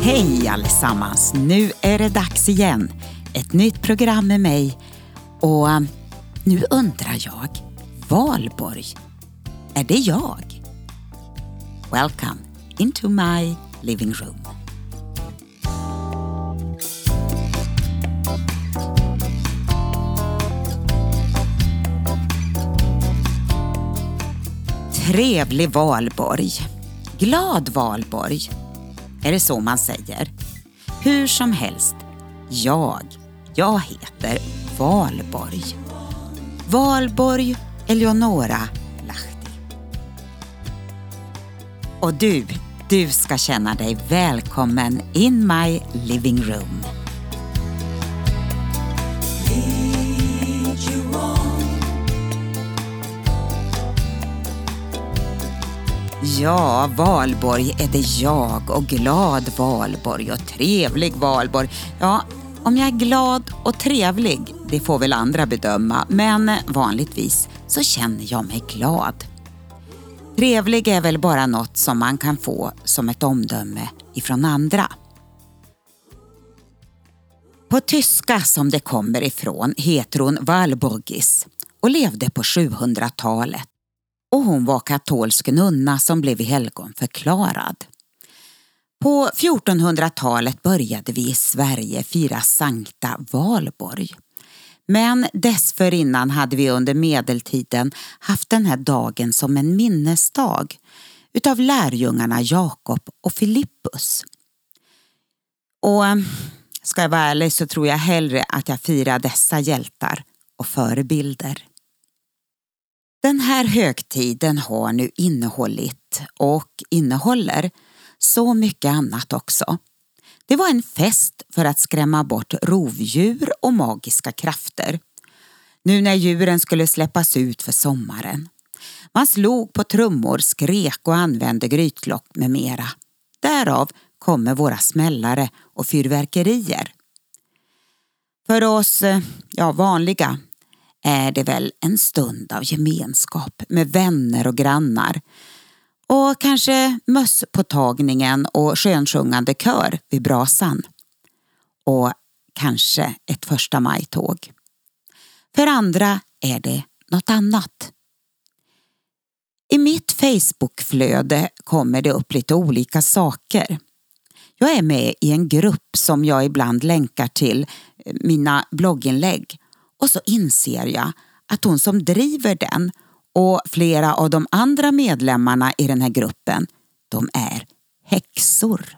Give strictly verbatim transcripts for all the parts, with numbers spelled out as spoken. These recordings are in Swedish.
Hej allesammans, nu är det dags igen. Ett nytt program med mig och nu undrar jag, Valborg, är det jag? Welcome into my living room. Trevlig Valborg, glad Valborg. Är det så man säger? Hur som helst, jag, jag heter Valborg. Valborg Eleonora Lahti. Och du, du ska känna dig välkommen in my living room. Ja, Valborg är det jag och glad Valborg och trevlig Valborg. Ja, om jag är glad och trevlig, det får väl andra bedöma, men vanligtvis så känner jag mig glad. Trevlig är väl bara något som man kan få som ett omdöme ifrån andra. På tyska som det kommer ifrån heter hon Walburgis och levde på sjuhundratalet. Och hon var katolsk nunna som blev i helgon förklarad. På fjortonhundratalet började vi i Sverige fira Sankta Valborg. Men dessförinnan hade vi under medeltiden haft den här dagen som en minnesdag utav lärjungarna Jakob och Filippus. Och ska jag vara ärlig så tror jag hellre att jag firar dessa hjältar och förebilder. Den här högtiden har nu innehållit och innehåller så mycket annat också. Det var en fest för att skrämma bort rovdjur och magiska krafter. Nu när djuren skulle släppas ut för sommaren. Man slog på trummor, skrek och använde grytlock med mera. Därav kommer våra smällare och fyrverkerier. För oss, ja vanliga, är det väl en stund av gemenskap med vänner och grannar. Och kanske mösspåtagningen och skönsjungande kör vid brasan. Och kanske ett första majtåg. För andra är det något annat. I mitt Facebookflöde kommer det upp lite olika saker. Jag är med i en grupp som jag ibland länkar till mina blogginlägg. Och så inser jag att hon som driver den och flera av de andra medlemmarna i den här gruppen, de är häxor.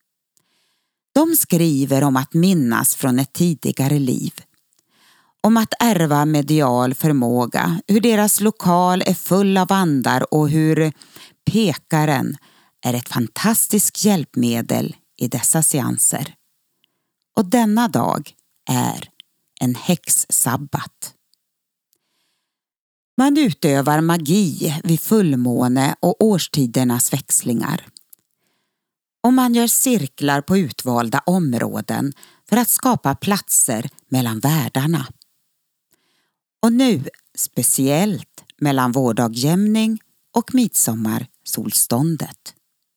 De skriver om att minnas från ett tidigare liv. Om att ärva medial förmåga, hur deras lokal är full av andar och hur pekaren är ett fantastiskt hjälpmedel i dessa seanser. Och denna dag är en häxsabbat. Man utövar magi vid fullmåne och årstidernas växlingar. Och man gör cirklar på utvalda områden för att skapa platser mellan världarna. Och nu speciellt mellan vårdagjämning och midsommarsolståndet.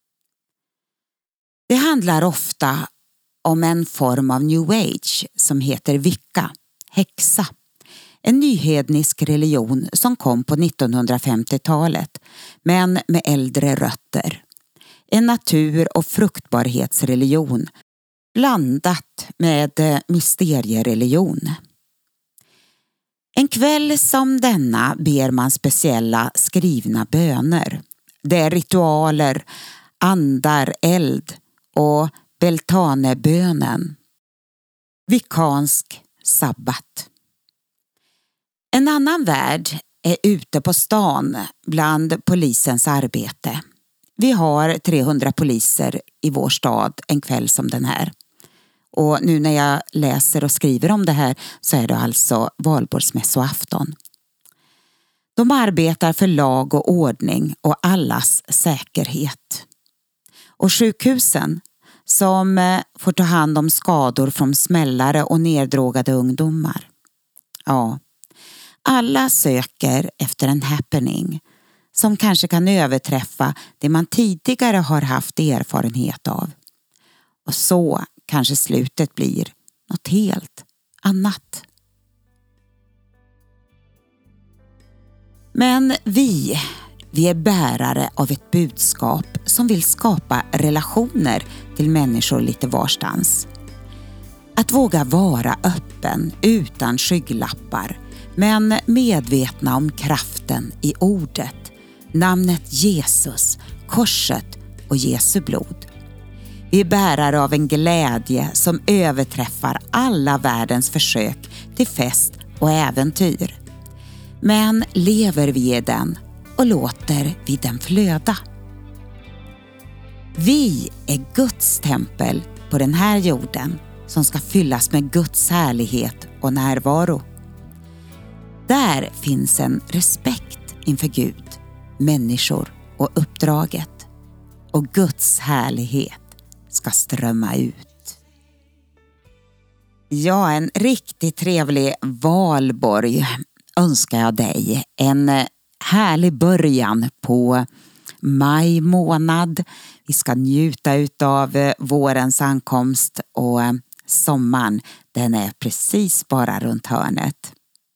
Det handlar ofta om en form av New Age som heter Wicca, häxa. En nyhednisk religion som kom på nittonhundrafemtiotalet men med äldre rötter. En natur- och fruktbarhetsreligion blandat med mysteriereligion. En kväll som denna ber man speciella skrivna böner. Det är ritualer, andar, eld och Beltanebönen. Vikansk sabbat. En annan värld är ute på stan bland polisens arbete. Vi har trehundra poliser i vår stad en kväll som den här. Och nu när jag läser och skriver om det här så är det alltså valborgsmässoafton. De arbetar för lag och ordning och allas säkerhet. Och sjukhusen som får ta hand om skador från smällare och neddrogade ungdomar. Ja, alla söker efter en happening som kanske kan överträffa det man tidigare har haft erfarenhet av. Och så kanske slutet blir något helt annat. Men vi, vi är bärare av ett budskap som vill skapa relationer till människor lite varstans. Att våga vara öppen utan skygglappar, men medvetna om kraften i ordet, namnet Jesus, korset och Jesu blod. Vi är bärare av en glädje som överträffar alla världens försök till fest och äventyr. Men lever vi i den och låter vi den flöda? Vi är Guds tempel på den här jorden som ska fyllas med Guds härlighet och närvaro. Där finns en respekt inför Gud, människor och uppdraget. Och Guds härlighet ska strömma ut. Ja, en riktigt trevlig valborg önskar jag dig. En härlig början på maj månad. Vi ska njuta av vårens ankomst och sommaren, den är precis bara runt hörnet.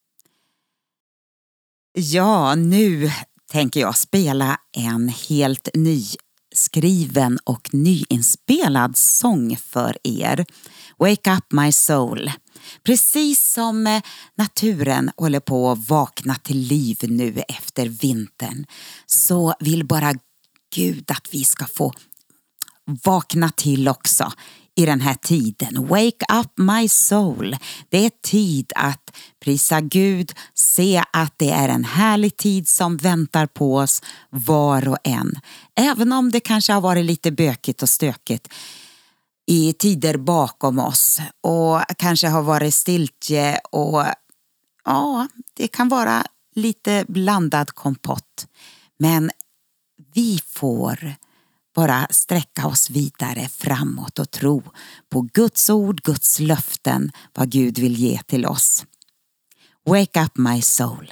Ja, nu tänker jag spela en helt ny skriven och nyinspelad sång för er. Wake up my soul. Precis som naturen håller på att vakna till liv nu efter vintern, så vill bara Gud att vi ska få vakna till också i den här tiden. Wake up my soul. Det är tid att prisa Gud, se att det är en härlig tid som väntar på oss var och en. Även om det kanske har varit lite bökigt och stökigt i tider bakom oss och kanske har varit stiltje och ja, det kan vara lite blandad kompott. Men vi får bara sträcka oss vidare framåt och tro på Guds ord, Guds löften, vad Gud vill ge till oss. Wake up my soul.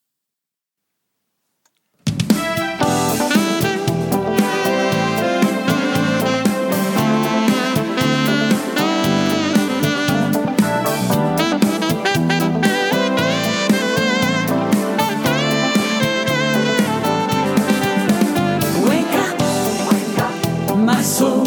My soul,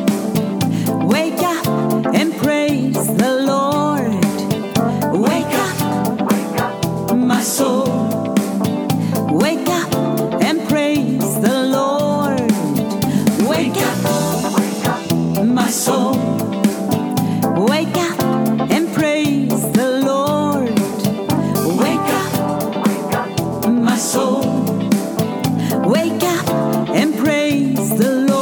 wake up and praise the Lord. Wake up, wake up, my soul. Wake up and praise the Lord. Wake up, wake up, my soul. Wake up and praise the Lord. Wake up, wake up, my soul. Wake up and praise the Lord.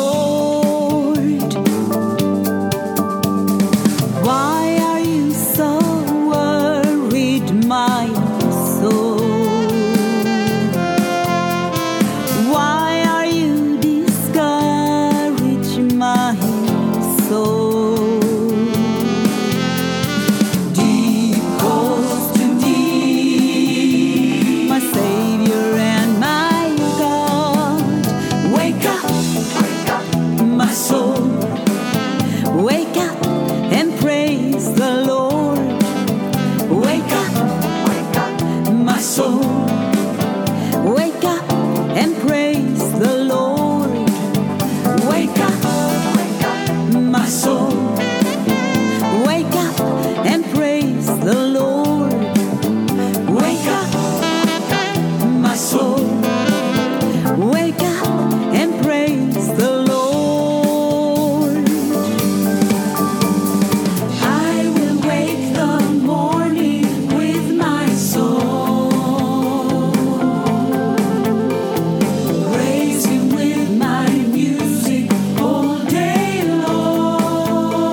Praise Him with my music all day long.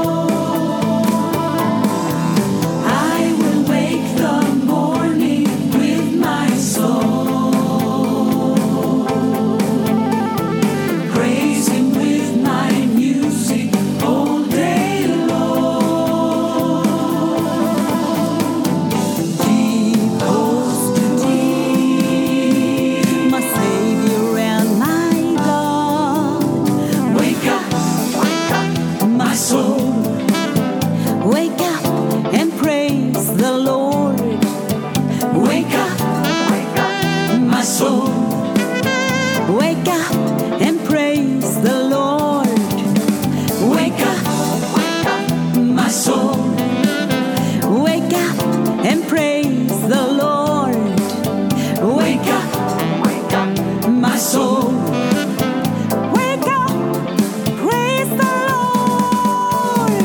soul. Wake up and praise the Lord. Wake up, wake up, my soul. Wake up and praise the Lord. Wake up, wake up, my soul. Wake up and praise the Lord. Wake up, wake up, my soul. Wake up, praise the Lord.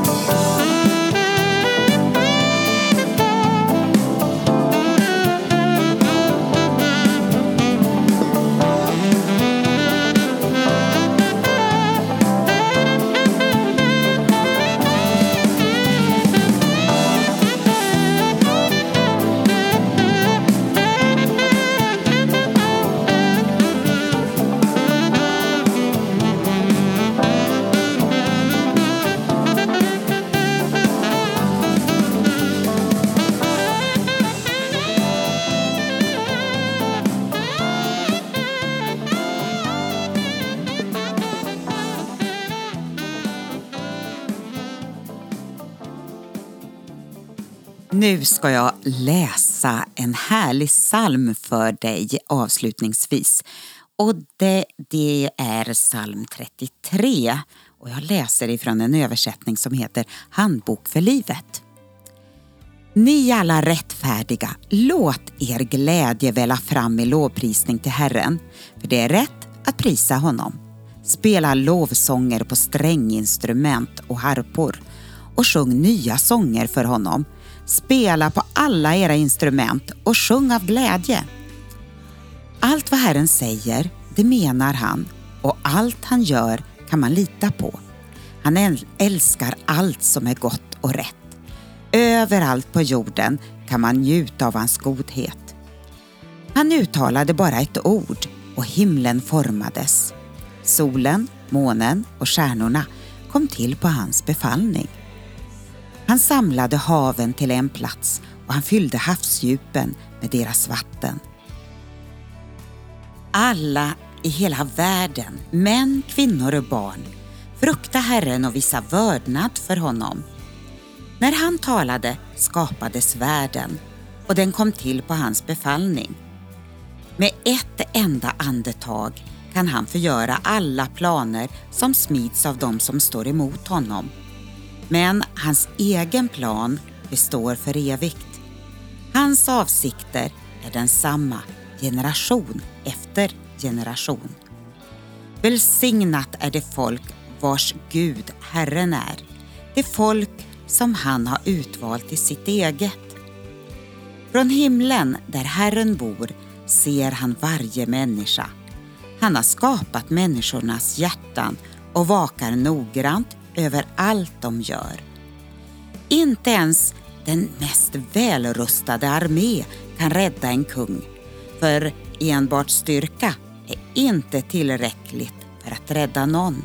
Nu ska jag läsa en härlig psalm för dig avslutningsvis. Och det, det är psalm trettiotre. Och jag läser ifrån en översättning som heter Handbok för livet. Ni alla rättfärdiga, låt er glädje välla fram i lovprisning till Herren. För det är rätt att prisa honom. Spela lovsånger på stränginstrument och harpor. Och sjung nya sånger för honom. Spela på alla era instrument och sjung av glädje. Allt vad Herren säger, det menar han, och allt han gör kan man lita på. Han älskar allt som är gott och rätt. Överallt på jorden kan man njuta av hans godhet. Han uttalade bara ett ord och himlen formades. Solen, månen och stjärnorna kom till på hans befallning. Han samlade haven till en plats och han fyllde havsdjupen med deras vatten. Alla i hela världen, män, kvinnor och barn, frukta Herren och visa vördnad för honom. När han talade skapades världen och den kom till på hans befallning. Med ett enda andetag kan han förgöra alla planer som smids av dem som står emot honom. Men hans egen plan består för evigt. Hans avsikter är densamma generation efter generation. Välsignat är det folk vars Gud Herren är. Det folk som han har utvalt till sitt eget. Från himlen där Herren bor ser han varje människa. Han har skapat människornas hjärtan och vakar noggrant över allt de gör. Inte ens den mest välrustade armé kan rädda en kung, för enbart styrka är inte tillräckligt för att rädda någon.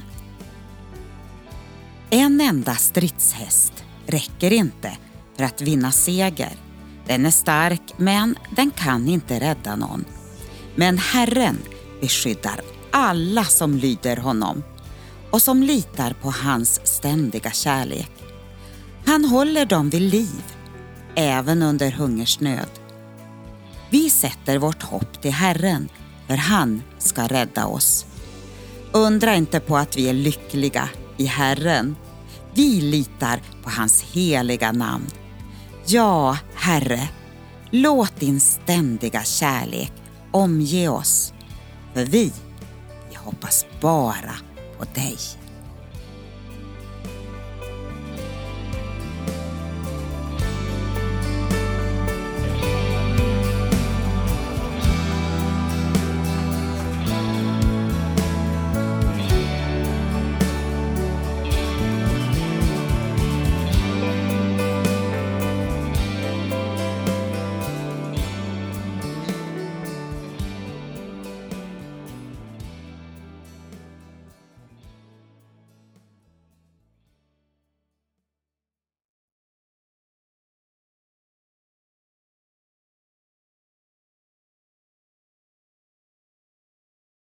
En enda stridshäst räcker inte för att vinna seger. Den är stark, men den kan inte rädda någon. Men Herren beskyddar alla som lyder honom och som litar på hans ständiga kärlek. Han håller dem vid liv, även under hungersnöd. Vi sätter vårt hopp till Herren, för han ska rädda oss. Undra inte på att vi är lyckliga i Herren. Vi litar på hans heliga namn. Ja, Herre, låt din ständiga kärlek omge oss. För vi, vi hoppas bara på dig.